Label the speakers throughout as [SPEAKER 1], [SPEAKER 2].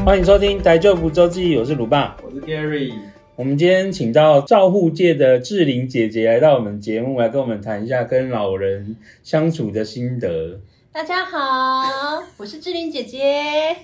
[SPEAKER 1] 欢迎收听《台旧不周记》，我是鲁爸，
[SPEAKER 2] 我是 Gary。
[SPEAKER 1] 我们今天请到照护界的志玲姐姐来到我们节目，来跟我们谈一下跟老人相处的心得。
[SPEAKER 3] 大家好，我是志玲姐姐。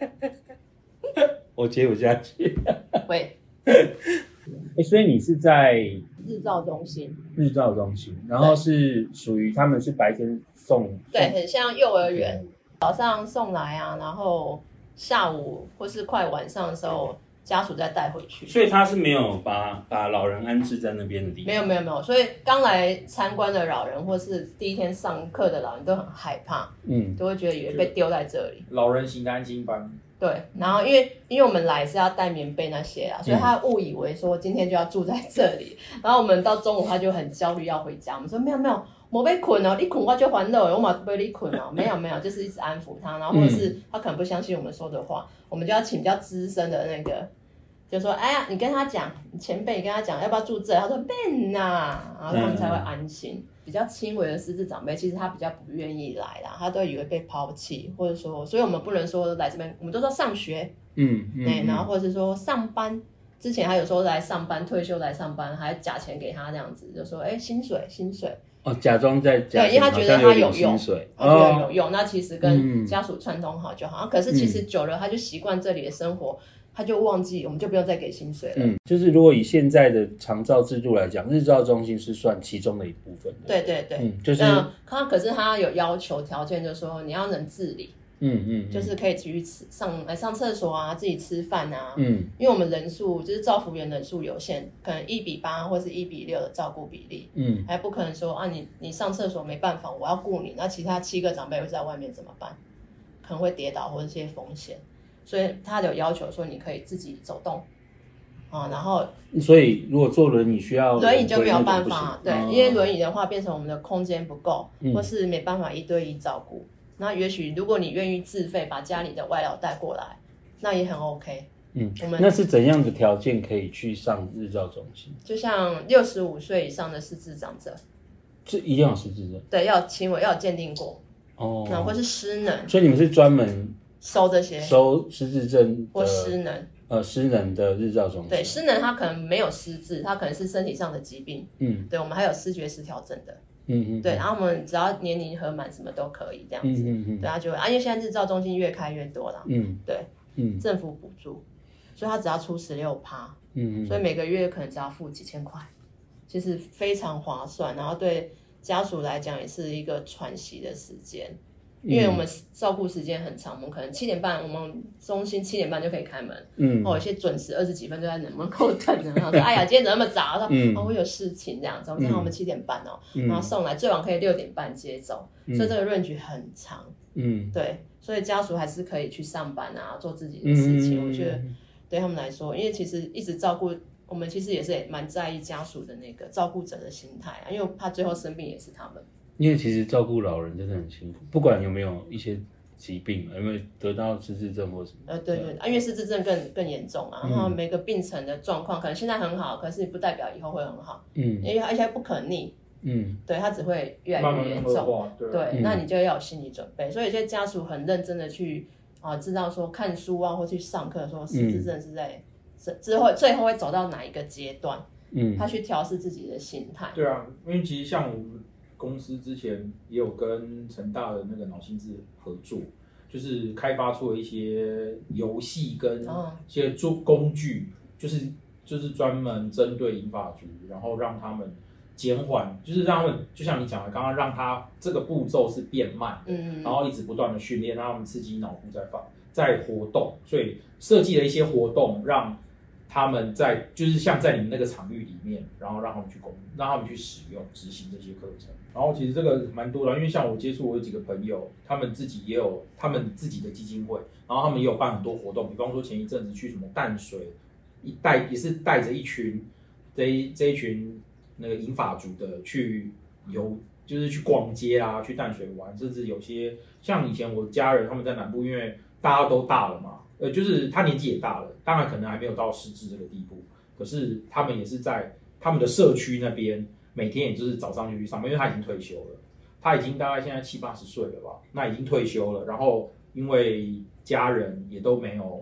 [SPEAKER 1] 我接不下去。
[SPEAKER 3] 喂，
[SPEAKER 1] 所以你是在
[SPEAKER 3] 日照中心，
[SPEAKER 1] 然后是属于他们是白天送，
[SPEAKER 3] 对，很像幼儿园，早上送来啊，然后下午或是快晚上的时候，家属再带回去。
[SPEAKER 1] 所以他是没有把老人安置在那边的地方。
[SPEAKER 3] 没有，所以刚来参观的老人，或是第一天上课的老人都很害怕，都会觉得以为被丢在这里。
[SPEAKER 2] 老人型的安心班。对，
[SPEAKER 3] 然后因为我们来是要带棉被那些啊，所以他误以为说今天就要住在这里，然后我们到中午他就很焦虑要回家，我们说没有，我被困哦，你困我就还了，我嘛被你困哦，没有，就是一直安抚他，然后或者是他可能不相信我们说的话，我们就要请比较资深的那个，就说哎呀，你跟他讲，你前辈跟他讲要不要住这，他说变呐，然后他们才会安心。比较轻微的失智长辈，其实他比较不愿意来啦，他都以为被抛弃，或者说，所以我们不能说来这边，我们都说上学，然后或者是说上班。之前他有时候来上班，退休来上班，还假钱给他这样子，就说薪水
[SPEAKER 1] 哦，假装在假，
[SPEAKER 3] 对，因为他觉得他有用，他觉得有用，那其实跟家属串通好就好。可是其实久了，他就习惯这里的生活。他就忘记，我们就不用再给薪水了。
[SPEAKER 1] 就是如果以现在的长照制度来讲，日照中心是算其中的一部分的。
[SPEAKER 3] 对，
[SPEAKER 1] 就是
[SPEAKER 3] 可是他有要求条件，就是说你要能自理，就是可以去上厕所啊，自己吃饭啊，因为我们人数就是照服员人数有限，可能1:8或是1:6的照顾比例，还不可能说啊你上厕所没办法，我要顾你，那其他7个长辈会在外面怎么办？可能会跌倒或者一些风险。所以他有要求说你可以自己走动然后
[SPEAKER 1] 所以如果坐轮椅需要
[SPEAKER 3] 轮椅就没有办法，对，因为轮椅的话变成我们的空间不够，或是没办法1对1照顾。那也许如果你愿意自费把家里的外劳带过来，那也很 OK。
[SPEAKER 1] 那是怎样的条件可以去上日照中心？
[SPEAKER 3] 就像65岁以上的失智长者，
[SPEAKER 1] 这一定要失智症？
[SPEAKER 3] 对，要轻微要有鉴定过或是失能。
[SPEAKER 1] 所以你们是专门
[SPEAKER 3] 收这些
[SPEAKER 1] 收失智症
[SPEAKER 3] 或失能
[SPEAKER 1] 失能的日照中心。
[SPEAKER 3] 对，失能他可能没有失智，他可能是身体上的疾病。对，我们还有视觉失调症的。对，然后我们只要年龄合满什么都可以这样子。对，他就会因为现在日照中心越开越多了。对，政府补助，所以他只要出16%。所以每个月可能只要付几千块，其实非常划算，然后对家属来讲也是一个喘息的时间。因为我们照顾时间很长，我们可能7点半，我们中心7点半就可以开门，有些准时20几分就在门口等着，然后说哎呀今天怎么那么早？说我有事情这样子，正好我们7点半然后送来，最晚可以6点半接走，所以这个 range 很长，对，所以家属还是可以去上班啊，做自己的事情，我觉得对他们来说，因为其实一直照顾我们，其实也是蛮在意家属的那个照顾者的心态啊，因为怕最后生病也是他们。
[SPEAKER 1] 因为其实照顾老人真的很辛苦，不管有没有一些疾病，有没有得到失智症或什么。
[SPEAKER 3] 对，因为失智症更严重啊，然后每个病程的状况可能现在很好，可是不代表以后会很好。因为而且不可逆。对，它只会越来越严重。对，那你就要有心理准备。所以有些家属很认真的去知道说看书啊，或去上课说失智症是在最后会走到哪一个阶段。他去调适自己的心态。
[SPEAKER 2] 对啊，因为其实像我们公司之前也有跟成大的那个脑心智合作，就是开发出了一些游戏跟一些工具，就是专门针对银发族，然后让他们减缓，就是让他们就像你讲的，刚刚让他这个步骤是变慢的，然后一直不断的训练，让他们刺激脑部在活动，所以设计了一些活动让他们就是像在你们那个场域里面，然后让他们去使用执行这些课程。然后其实这个蛮多的，因为像我接触我有几个朋友，他们自己也有他们自己的基金会，然后他们也有办很多活动，比方说前一阵子去什么淡水，也是带着一群这一群那个银发族的去就是去逛街啊，去淡水玩，甚至有些像以前我家人他们在南部，因为大家都大了嘛，就是他年纪也大了，当然可能还没有到失智这个地步，可是他们也是在他们的社区那边，每天也就是早上就去上班，因为他已经退休了，他已经大概现在70、80岁了吧，那已经退休了，然后因为家人也都没有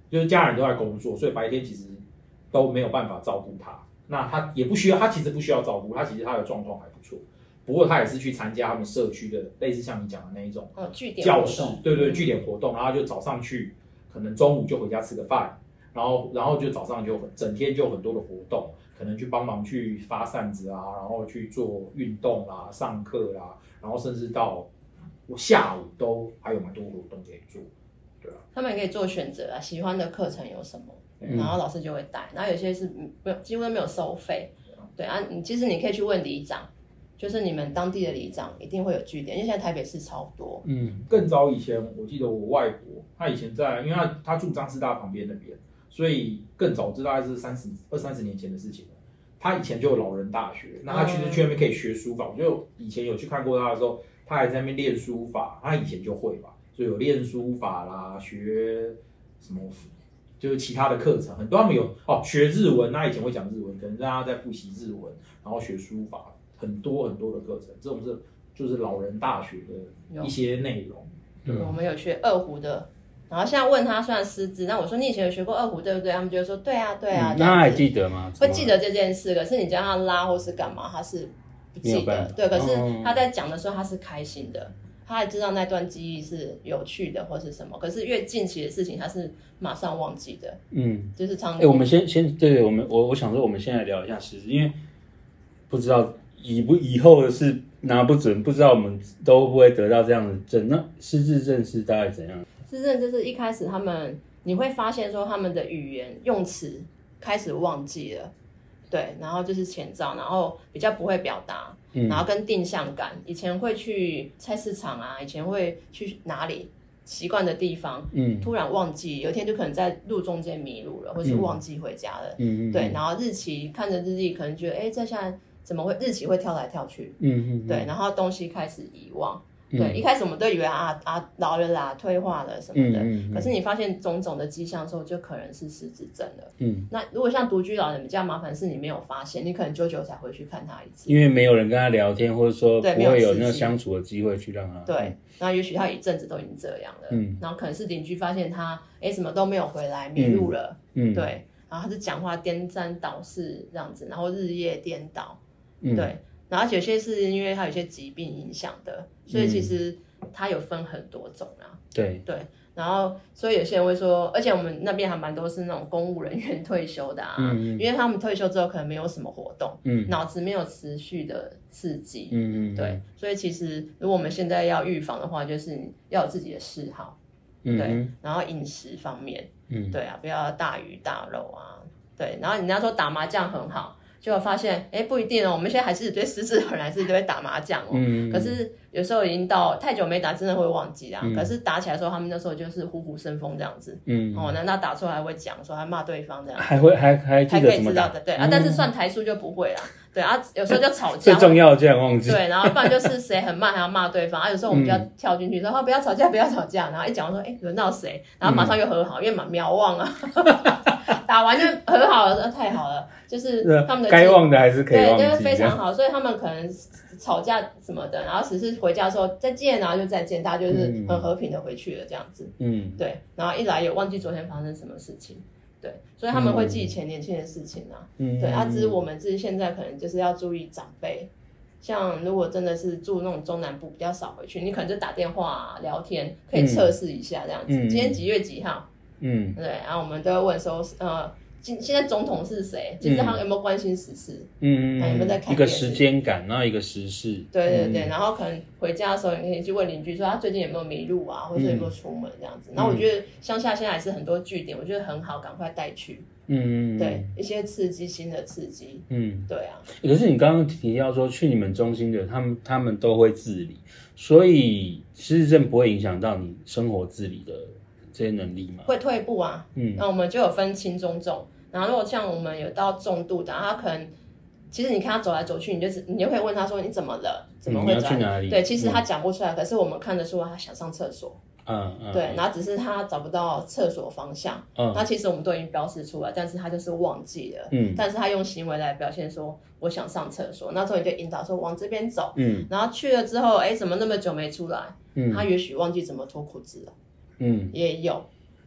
[SPEAKER 2] 就是家人都在工作，所以白天其实都没有办法照顾他。那他也不需要，他其实不需要照顾，他其实他的状况还不错。不过他也是去参加他们社区的类似像你讲的那一种教室，对据点活动，然后就早上去，可能中午就回家吃个饭，然后就早上就整天就很多的活动，可能去帮忙去发扇子啊，然后去做运动啦、上课啦，然后甚至到下午都还有蛮多活动可以做，对啊。
[SPEAKER 3] 他们也可以做选择啊，喜欢的课程有什么，然后老师就会带，然后有些是几乎都没有收费，对啊，其实你可以去问里长。就是你们当地的里长一定会有据点，因为现在台北市超多。
[SPEAKER 2] 更早以前，我记得我外婆，她以前在，因为她住彰师大旁边那边，所以更早知道大概是20-30年前的事情了。她以前就有老人大学，那她其实去那边可以学书法。我就以前有去看过她的时候，她还在那边练书法，她以前就会吧，所以有练书法啦，学什么就是其他的课程，很多他们有学日文，那以前会讲日文，可能大家在复习日文，然后学书法。很多的课程，这种就是老人大学的一些内容。
[SPEAKER 3] 我们有学二胡的，然后现在问他虽然师资，那我说你以前有学过二胡对不对？他们就说对啊。
[SPEAKER 1] 那他还记得吗？
[SPEAKER 3] 会记得这件事，可是你叫他拉或是干嘛，他是不记得。对，可是他在讲的时候他是开心的，他还知道那段记忆是有趣的或是什么。可是越近期的事情，他是马上忘记的。就是
[SPEAKER 1] 我们先对我想说，我们先来聊一下师资，因为不知道。以后的事拿不准，不知道我们都不会得到这样的证。那失智症是大概怎样？
[SPEAKER 3] 失智症就是一开始你会发现说他们的语言用词开始忘记了，对，然后就是前兆，然后比较不会表达，然后跟定向感，以前会去菜市场啊，以前会去哪里习惯的地方，突然忘记，有一天就可能在路中间迷路了，或是忘记回家了，对，然后日期看着日历，可能觉得这下怎么会日期会跳来跳去？对，然后东西开始遗忘。对，一开始我们都以为老了啦，退化了什么的，可是你发现种种的迹象的时候，就可能是失智症了。那如果像独居老人比较麻烦，是你没有发现，你可能久久才回去看他一次，
[SPEAKER 1] 因为没有人跟他聊天，或者说不会有那个相处的机会去让他。
[SPEAKER 3] 对，那也许他一阵子都已经这样了，然后可能是邻居发现他什么都没有回来，迷路了，对，然后他是讲话颠三倒四这样子，然后日夜颠倒。对，然后有些是因为他有些疾病影响的，所以其实它有分很多种啊。对，然后所以有些人会说，而且我们那边还蛮多是那种公务人员退休的啊，因为他们退休之后可能没有什么活动，脑子没有持续的刺激，对，所以其实如果我们现在要预防的话，就是要有自己的嗜好，对，然后饮食方面，对啊，不要大鱼大肉啊，对，然后人家说打麻将很好。就发现，不一定哦。我们现在还是对失智的人还是会打麻将哦。可是有时候已经到太久没打，真的会忘记啦。可是打起来的时候，他们那时候就是虎虎生风这样子。那打出来还会讲说还骂对方这样子。
[SPEAKER 1] 还记得怎么打
[SPEAKER 3] 的，对啊。但是算台数就不会啦。对啊，有时候就吵架。
[SPEAKER 1] 最重要的竟然忘记。
[SPEAKER 3] 对，然后不然就是谁很慢还要骂对方。有时候我们就要跳进去说不要吵架，不要吵架。然后一讲说轮到谁，然后马上又和好，因为渺望啊。打完就和好了，太好了，就是他们的
[SPEAKER 1] 该忘的还是可以忘记，
[SPEAKER 3] 对，非常好，所以他们可能吵架什么的，然后只是回家的时候再见，然后就再见，大家就是很和平的回去了这样子，对，然后一来也忘记昨天发生什么事情，对，所以他们会记以前年轻的事情啊，对，只是我们自己现在可能就是要注意长辈。像如果真的是住那种中南部比较少回去，你可能就打电话聊天，可以测试一下这样子，今天几月几号？对，然后我们都会问说，现在总统是谁？其实他有没有关心时事？有没有在看
[SPEAKER 1] 一个时间感，然后一个时事。
[SPEAKER 3] 对，然后可能回家的时候，你可以去问邻居说他最近有没有迷路啊，或者有没有出门这样子。然后我觉得乡下现在还是很多据点，我觉得很好，赶快带去。对，一些刺激，新的刺激。对啊。
[SPEAKER 1] 可是你刚刚提到说去你们中心的，他们都会自理，所以失智症不会影响到你生活自理的这些能力吗？
[SPEAKER 3] 会退步啊，那我们就有分轻中重，然后如果像我们有到重度的，他可能其实你看他走来走去，你就可以问他说你怎么了，怎么会
[SPEAKER 1] 走？你要去哪里？
[SPEAKER 3] 对，其实他讲不出来，可是我们看得出他想上厕所，对，然后只是他找不到厕所方向，那其实我们都已经标示出来，但是他就是忘记了，但是他用行为来表现说我想上厕所，那时候你就引导说往这边走，然后去了之后，怎么那么久没出来？他也许忘记怎么脱裤子了。也有，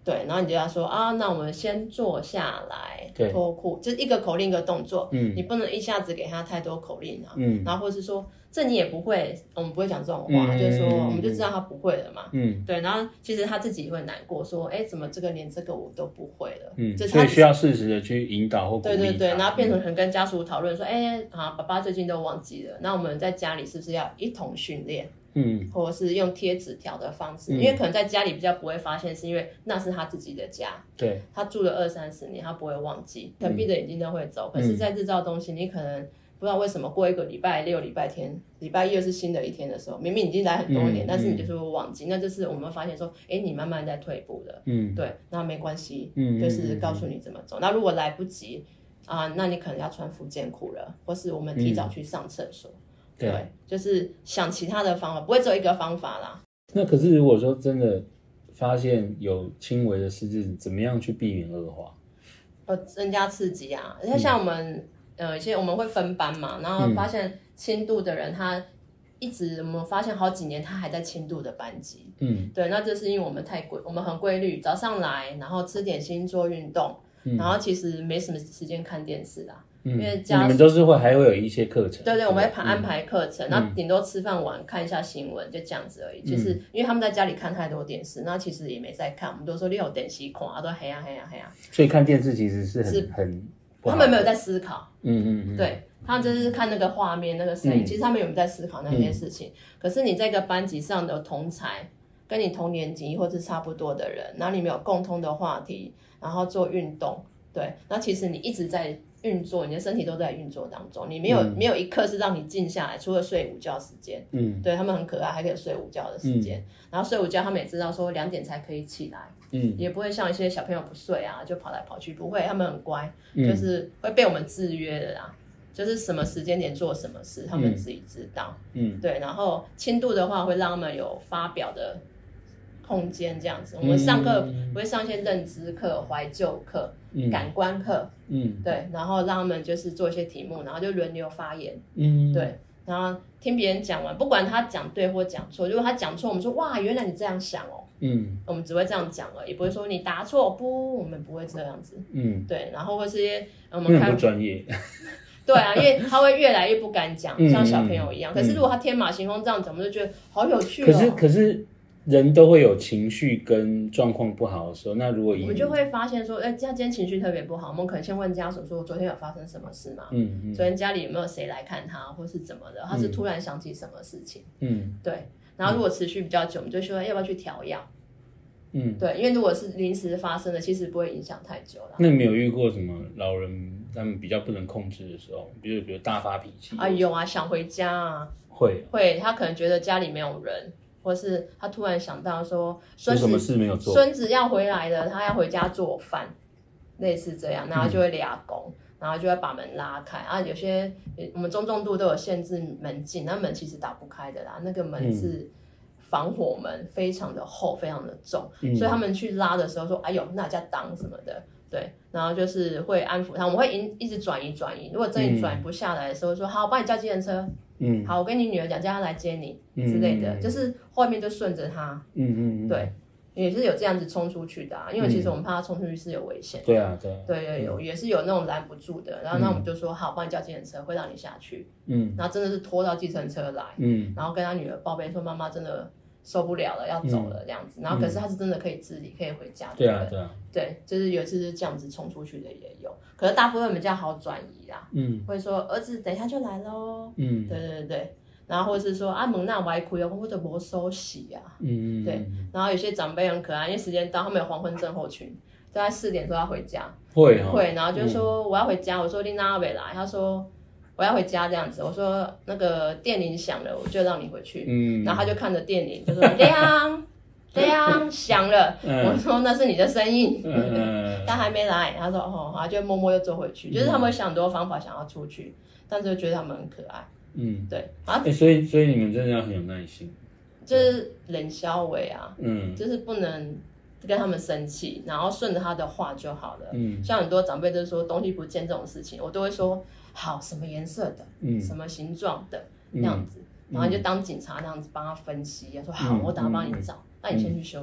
[SPEAKER 3] 对，然后你就要说啊，那我们先坐下来，脱裤，就是一个口令一个动作，你不能一下子给他太多口令啊，然后或是说这你也不会，我们不会讲这种话，就是说我们就知道他不会了嘛，对，然后其实他自己会难过，说怎么这个连这个我都不会了，
[SPEAKER 1] 所以需要适时的去引导或鼓励他，
[SPEAKER 3] 对，然后变成可能跟家属讨论说，爸爸最近都忘记了，那我们在家里是不是要一同训练？或者是用贴纸条的方式，因为可能在家里比较不会发现，是因为那是他自己的家，
[SPEAKER 1] 对，
[SPEAKER 3] 他住了20-30年，他不会忘记，可能闭着眼睛都会走。可是，在日照中心，你可能不知道为什么过一个礼拜六、礼拜天、礼拜一又是新的一天的时候，明明已经来很多年，但是你就是会忘记，那就是我们发现说，你慢慢在退步了，对，那没关系，就是告诉你怎么走。那如果来不及那你可能要穿复健裤了，或是我们提早去上厕所。对，就是想其他的方法，不会只有一个方法啦。
[SPEAKER 1] 那可是如果说真的发现有轻微的失智，怎么样去避免恶化？
[SPEAKER 3] 增加刺激啊！而且像我们一些我们会分班嘛，然后发现轻度的人他我们发现好几年他还在轻度的班级。对，那这是因为我们很规律，早上来，然后吃点心做运动，然后其实没什么时间看电视啦。因为
[SPEAKER 1] 你们都是还会有一些课程，
[SPEAKER 3] 对，我们会安排课程，然后顶多吃饭完看一下新闻，就这样子而已。就是因为他们在家里看太多电视，那其实也没在看，我们都说你有电视看，都黑啊。
[SPEAKER 1] 所以看电视其实是很
[SPEAKER 3] 他们没有在思考，对，他们就是看那个画面、那个声音，其实他们有没有在思考那些事情？可是你在一个班级上的同侪，跟你同年级或是差不多的人，然后你们有共通的话题，然后做运动，对，那其实你一直在运作，你的身体都在运作当中，你没有一刻是让你静下来，除了睡午觉时间。对，他们很可爱，还可以睡午觉的时间。然后睡午觉，他们也知道说2点才可以起来。也不会像一些小朋友不睡啊，就跑来跑去，不会，他们很乖，就是会被我们制约的啦。就是什么时间点做什么事，他们自己知道。对，然后轻度的话会让他们有发表的空间这样子。我们上课会上一些认知课、怀旧课、感官课，对，然后让他们就是做一些题目，然后就轮流发言，对，然后听别人讲完，不管他讲对或讲错，如果他讲错，我们说哇，原来你这样想哦，我们只会这样讲而已，不会说你答错，不，我们不会这样子，对，然后或是一些我们看
[SPEAKER 1] 不专业。
[SPEAKER 3] 对啊，因为他会越来越不敢讲，像小朋友一样。可是如果他天马行空这样讲，我们就觉得好有趣哦。
[SPEAKER 1] 可是人都会有情绪跟状况不好的时候，那如果
[SPEAKER 3] 我们就会发现说，他今天情绪特别不好，我们可能先问家属说，昨天有发生什么事吗？昨天家里有没有谁来看他，或是怎么的？他是突然想起什么事情？对。然后如果持续比较久，我们就说要不要去调药？对，因为如果是临时发生的，其实不会影响太久了。
[SPEAKER 1] 那你们有遇过什么老人他们比较不能控制的时候，比如大发脾气？
[SPEAKER 3] 有啊，想回家啊，
[SPEAKER 1] 会，
[SPEAKER 3] 他可能觉得家里没有人。或是他突然想到说，
[SPEAKER 1] 有什么事没有做，
[SPEAKER 3] 孙子要回来了，他要回家做饭，类似这样，然后就会俩拱，然后就会把门拉开啊。有些我们中重度都有限制门禁，那门其实打不开的啦，那个门是防火门，非常的厚，非常的重，所以他们去拉的时候说，哎呦，那叫当什么的。对，然后就是会安抚他，我们会一直转移。如果真的转不下来的时候，说好，我帮你叫计程车。好，我跟你女儿讲，叫她来接你之类的，就是后面就顺着她。对，也是有这样子冲出去的啊，因为其实我们怕他冲出去是有危险。
[SPEAKER 1] 对啊，
[SPEAKER 3] 对，也是有那种拦不住的，然后那我们就说好，帮你叫计程车，会让你下去。然后真的是拖到计程车来，然后跟他女儿报备说妈妈真的受不了了，要走了这样子。然后可是他是真的可以自理，可以回家。
[SPEAKER 1] 对啊，
[SPEAKER 3] 对，就是有一次是这样子冲出去的也有，可是大部分比较好转移啦。会说儿子等一下就来咯。对。然后或是说门那歪开哦，或者没收洗啊。对。然后有些长辈很可爱，因为时间到，他们有黄昏症候群，大概4点说要回家。会，然后就说我要回家，我说你哪没来？他说我要回家这样子，我说那个电铃响了，我就让你回去。然后他就看着电铃，就说亮响了。我说那是你的声音，但还没来。他说哦，他就默默又坐回去。就是他们会想很多方法想要出去，但是觉得他们很可爱。对。
[SPEAKER 1] 所以你们真的要很有耐心，
[SPEAKER 3] 就是冷消委啊。就是不能跟他们生气，然后顺着他的话就好了。像很多长辈都说东西不见这种事情，我都会说好，什么颜色的，什么形状的那样子，然后你就当警察那样子帮他分析，说好，我等下帮你找，那你先去休息。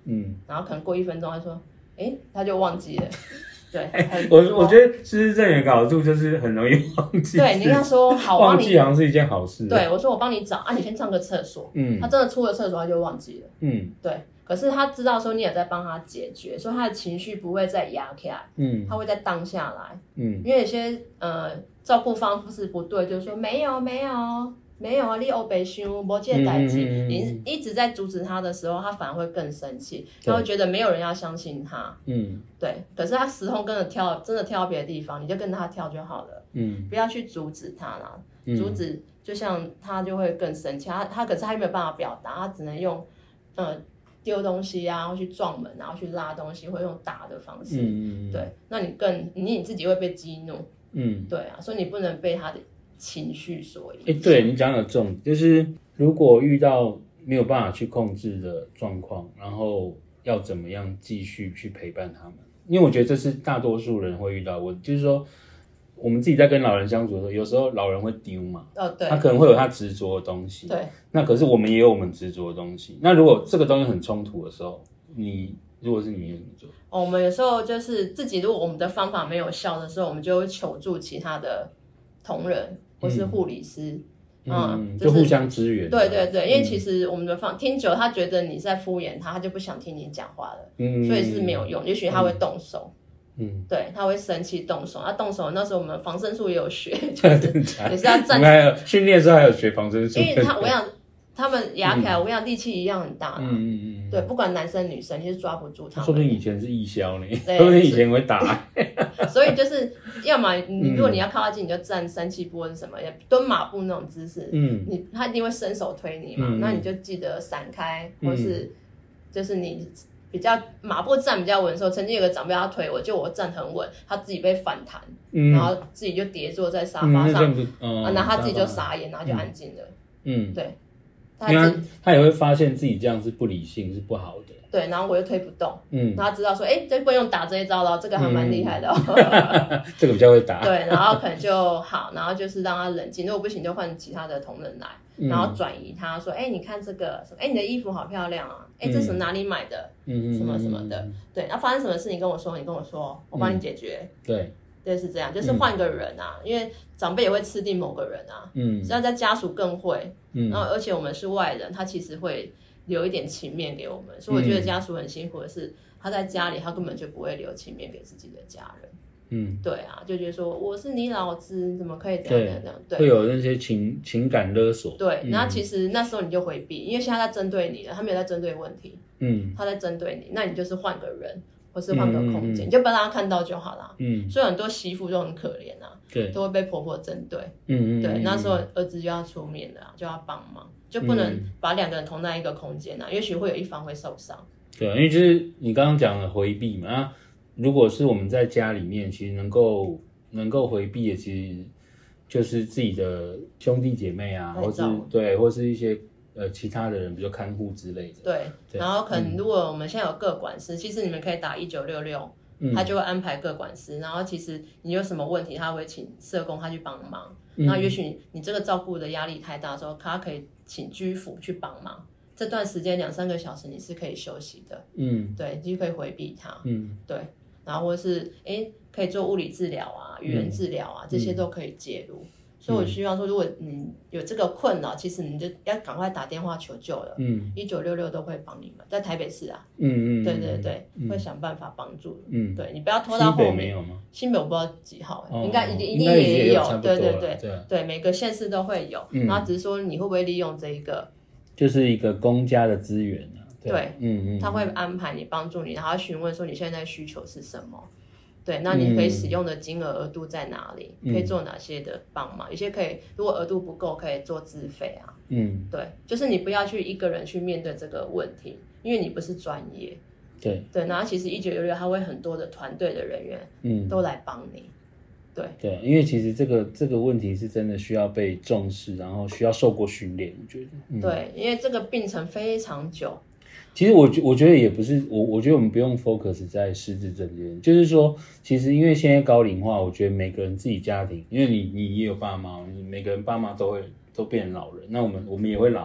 [SPEAKER 3] 然后可能过1分钟他说，他就忘记了。对，
[SPEAKER 1] 我觉得失智症有个好处就是很容易忘记。
[SPEAKER 3] 对，你跟他说好，
[SPEAKER 1] 忘记好像是一件好事。
[SPEAKER 3] 对，我说我帮你找啊，你先上个厕所。他真的出了厕所他就忘记了。对。可是他知道说你也在帮他解决，所以他的情绪不会再压起来，他会再荡下来。因为有些照顾方式不对，就是说没有啊，你黑白想，没这个代志。你一直在阻止他的时候，他反而会更生气，他会觉得没有人要相信他。对。可是他时空真的跳到别的地方，你就跟着他跳就好了。不要去阻止他啦，阻止就像他就会更生气。他可是他没有办法表达，他只能用丢东西啊，然后去撞门，然后去拉东西，会用打的方式。对，那你自己会被激怒。对啊，所以你不能被他的情绪所影响。
[SPEAKER 1] 对，你讲的重点就是如果遇到没有办法去控制的状况，然后要怎么样继续去陪伴他们？因为我觉得这是大多数人会遇到的问题，就是说我们自己在跟老人相处的时候，有时候老人会丢嘛，
[SPEAKER 3] 对，
[SPEAKER 1] 他可能会有他执着的东西，
[SPEAKER 3] 对，
[SPEAKER 1] 那可是我们也有我们执着的东西。那如果这个东西很冲突的时候，如果是你怎么做？
[SPEAKER 3] 我们有时候就是自己，如果我们的方法没有效的时候，我们就会求助其他的同仁或是护理师。
[SPEAKER 1] 就互相支援。
[SPEAKER 3] 对对对，因为其实我们的听久，他觉得你在敷衍他，他就不想听你讲话了，所以是没有用。也许他会动手，对，他会生气动手。他动手那时候我们防身术也有学，就是也是要站。
[SPEAKER 1] 还有训练的时候还有学防身术，
[SPEAKER 3] 因为我想他们压起来，我跟你讲力气一样很大啦。对，不管男生女生，你是抓不住他们。
[SPEAKER 1] 说不定以前是义消呢，说不定以前会打。
[SPEAKER 3] 所以就是要么如果你要靠他近，你就站3、7步或是什么蹲马步那种姿势，他一定会伸手推你嘛，那你就记得闪开，或是就是你比较马步站比较稳的时候，曾经有个长辈他推我，就我站很稳，他自己被反弹，然后自己就跌坐在沙发上，然后他自己就傻眼，然后就安静了。对。
[SPEAKER 1] 因为他也会发现自己这样是不理性，是不好的。
[SPEAKER 3] 对，然后我又推不动，然后他知道说，这不用打这一招了，这个还蛮厉害的。
[SPEAKER 1] 这个比较会打。
[SPEAKER 3] 对，然后可能就好，然后就是让他冷静，如果不行就换其他的同仁来，然后转移他说，你看这个，你的衣服好漂亮啊，这是哪里买的，什么什么的，对，然后发生什么事你跟我说，我帮你解决。
[SPEAKER 1] 对。
[SPEAKER 3] 对，是这样，就是换个人啊，因为长辈也会吃定某个人啊，现在在家属更会，然后而且我们是外人，他其实会留一点情面给我们，所以我觉得家属很辛苦的是，他在家里他根本就不会留情面给自己的家人，对啊，就觉得说我是你老子，怎么可以这样这样，对，
[SPEAKER 1] 会有那些情感勒索，
[SPEAKER 3] 对，然后其实那时候你就回避，因为现在在针对你了，他没有在针对问题，他在针对你，那你就是换个人。或是换个空间，就不让他看到就好了。所以很多媳妇都很可怜啊，对，都会被婆婆针对。对，那时候儿子就要出面了，就要帮忙，就不能把2个人同在一个空间啊，也许会有一方会受伤。
[SPEAKER 1] 对，因为就是你刚刚讲的回避嘛，那如果是我们在家里面，其实能够回避的，其实就是自己的兄弟姐妹啊，或是一些。其他的人，比如看护之类的。对，
[SPEAKER 3] 然后可能如果我们现在有个管师，其实你们可以打1966，他就会安排个管师。然后其实你有什么问题，他会请社工他去帮忙。那也许你这个照顾的压力太大的时候，他可以请居服去帮忙。这段时间2、3个小时你是可以休息的。对，就可以回避他。对，然后或是可以做物理治疗啊、语言治疗啊，这些都可以介入。所以我希望说，如果你有这个困扰，其实你就要赶快打电话求救了。1966都会帮你们，在台北市啊。对对对，会想办法帮助。对，你不要拖到后面。
[SPEAKER 1] 新北没有吗？
[SPEAKER 3] 新北我不知道几号，应该一定也有。对对对对，每个县市都会有。然后只是说你会不会利用这一个，
[SPEAKER 1] 就是一个公家的资源啊。
[SPEAKER 3] 对，他会安排你帮助你，然后询问说你现在需求是什么。对，那你可以使用的金额度在哪里？可以做哪些的帮忙？有些可以，如果额度不够，可以做自费啊。对，就是你不要去一个人去面对这个问题，因为你不是专业。对，然后其实1966他会很多的团队的人员，都来帮你。对，
[SPEAKER 1] 因为其实这个问题是真的需要被重视，然后需要受过训练，我觉得。
[SPEAKER 3] 对，因为这个病程非常久。
[SPEAKER 1] 其实我觉得也不是我觉得我们不用 focus 在失智症这边，就是说，其实因为现在高龄化，我觉得每个人自己家庭，因为你也有爸妈，每个人爸妈都变成老人，那我们也会老啊。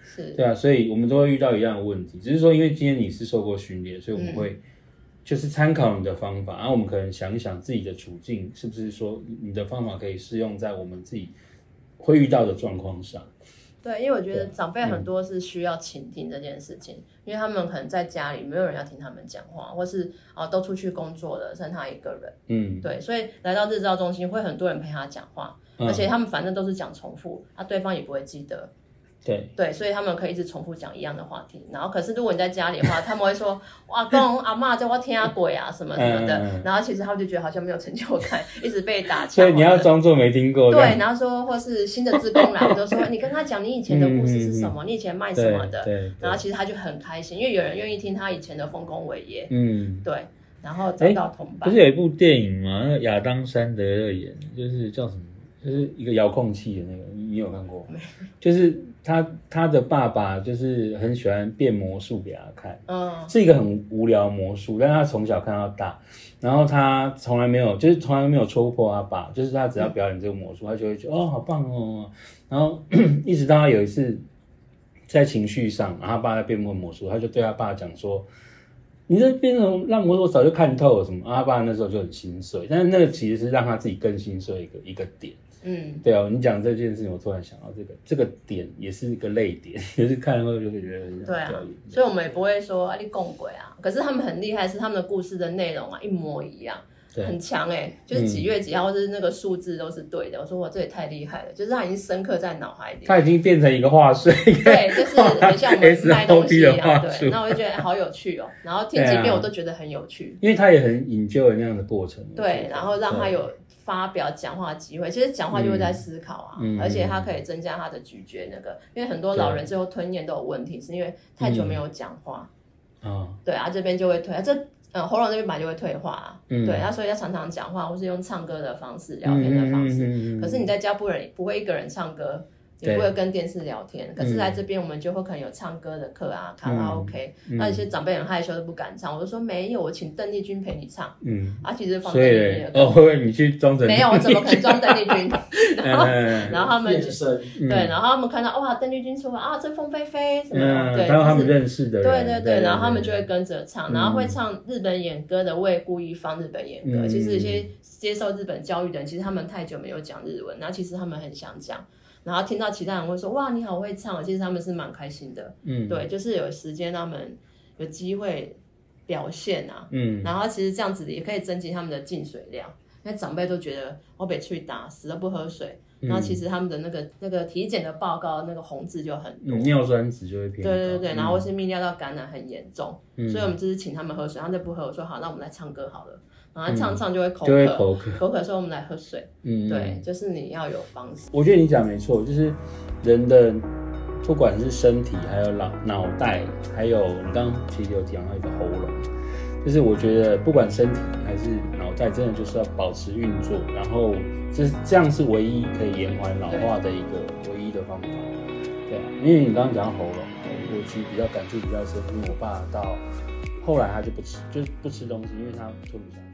[SPEAKER 3] 是，
[SPEAKER 1] 对啊，所以我们都会遇到一样的问题，只是说因为今天你是受过训练，所以我们会就是参考你的方法，然后我们可能想一想自己的处境是不是说你的方法可以适用在我们自己会遇到的状况上。
[SPEAKER 3] 对，因为我觉得长辈很多是需要倾听这件事情，因为他们可能在家里没有人要听他们讲话，或是都出去工作了，剩他一个人。对，所以来到日照中心会很多人陪他讲话，而且他们反正都是讲重复，对方也不会记得。对，所以他们可以一直重复讲一样的话题。然后，可是如果你在家里的话，他们会说：“哇，公阿嬷叫我听鬼啊什么什么的。”然后其实他们就觉得好像没有成就感，一直被打枪。
[SPEAKER 1] 所以你要装作没听过。
[SPEAKER 3] 对，然后说或是新的志工来，我就说你跟他讲你以前的故事是什么，你以前卖什么的。对。然后其实他就很开心，因为有人愿意听他以前的丰功伟业。对。然后找到同伴。
[SPEAKER 1] 不是有一部电影吗？那个亚当·山德勒演，就是叫什么？就是一个遥控器的那个，你有看过？就是他的爸爸就是很喜欢变魔术给他看，是一个很无聊的魔术，但是他从小看到大，然后他从来没有戳破他爸，就是他只要表演这个魔术，他就会觉得好棒哦，然后一直到他有一次在情绪上，然后他爸在变魔术，他就对他爸讲说：“你这变成让魔术我早就看透了什么。”他爸那时候就很心碎，但是那个其实是让他自己更心碎一个点。对啊，你讲这件事情，我突然想到这个点也是一个泪点，就是看了后就会觉得很
[SPEAKER 3] 对啊，所以我们也不会说你讲鬼啊，可是他们很厉害，是他们的故事的内容一模一样，很强就是几月几号，或是那个数字都是对的。我说这也太厉害了，就是他已经深刻在脑海里，
[SPEAKER 1] 他已经变成一个话术，
[SPEAKER 3] 对，就是很像我们卖东西一样，对。那我就觉得好有趣哦，然后听几遍我都觉得很有趣，
[SPEAKER 1] 因为他也很enjoy那样的过程，
[SPEAKER 3] 对，然后让他有发表讲话机会，其实讲话就会在思考而且他可以增加他的咀嚼因为很多老人最后吞咽都有问题，是因为太久没有讲话对这边就会退喉咙这边本来就会退化对所以要常常讲话，或是用唱歌的方式、聊天的方式可是你在家不会一个人唱歌，也不会跟电视聊天，可是来这边我们就会可能有唱歌的课卡拉 OK，那有些长辈很害羞都不敢唱，我就说没有，我请邓丽君陪你唱其实放邓丽君的歌，
[SPEAKER 1] 会不会你去装邓丽君？
[SPEAKER 3] 没有，我怎么可能装邓丽君然后他们对，然后他们看到哇邓丽君出来这凤飞飞什么的，对，
[SPEAKER 1] 还有他们认识的
[SPEAKER 3] 人，对，然后他们就会跟着唱，然后会唱日本演歌的，我也故意放日本演歌，其实有些接受日本教育的人，其实他们太久没有讲日文，然后其实他们很想讲，然后听到其他人会说哇你好会唱，其实他们是蛮开心的对，就是有时间他们有机会表现然后其实这样子也可以增进他们的进水量，因为长辈都觉得我被吹打死都不喝水，然后其实他们的那个体检的报告那个红字就很多，
[SPEAKER 1] 尿酸值就会偏高，
[SPEAKER 3] 对，然后或是泌尿道感染很严重所以我们就是请他们喝水，他们就不喝，我说好那我们来唱歌好了，然后唱就会口渴，所以我们来喝水对，就是你要有方式。
[SPEAKER 1] 我觉得你讲没错，就是人的不管是身体还有脑袋，还有你刚刚其实有讲到一个喉咙，就是我觉得不管身体还是脑袋，真的就是要保持运作，然后这样是唯一可以延缓老化的一个唯一的方法。对啊，因为你刚刚讲到喉咙，我其实比较感触比较深，因为我爸到后来他就不吃东西，因为他吞不下。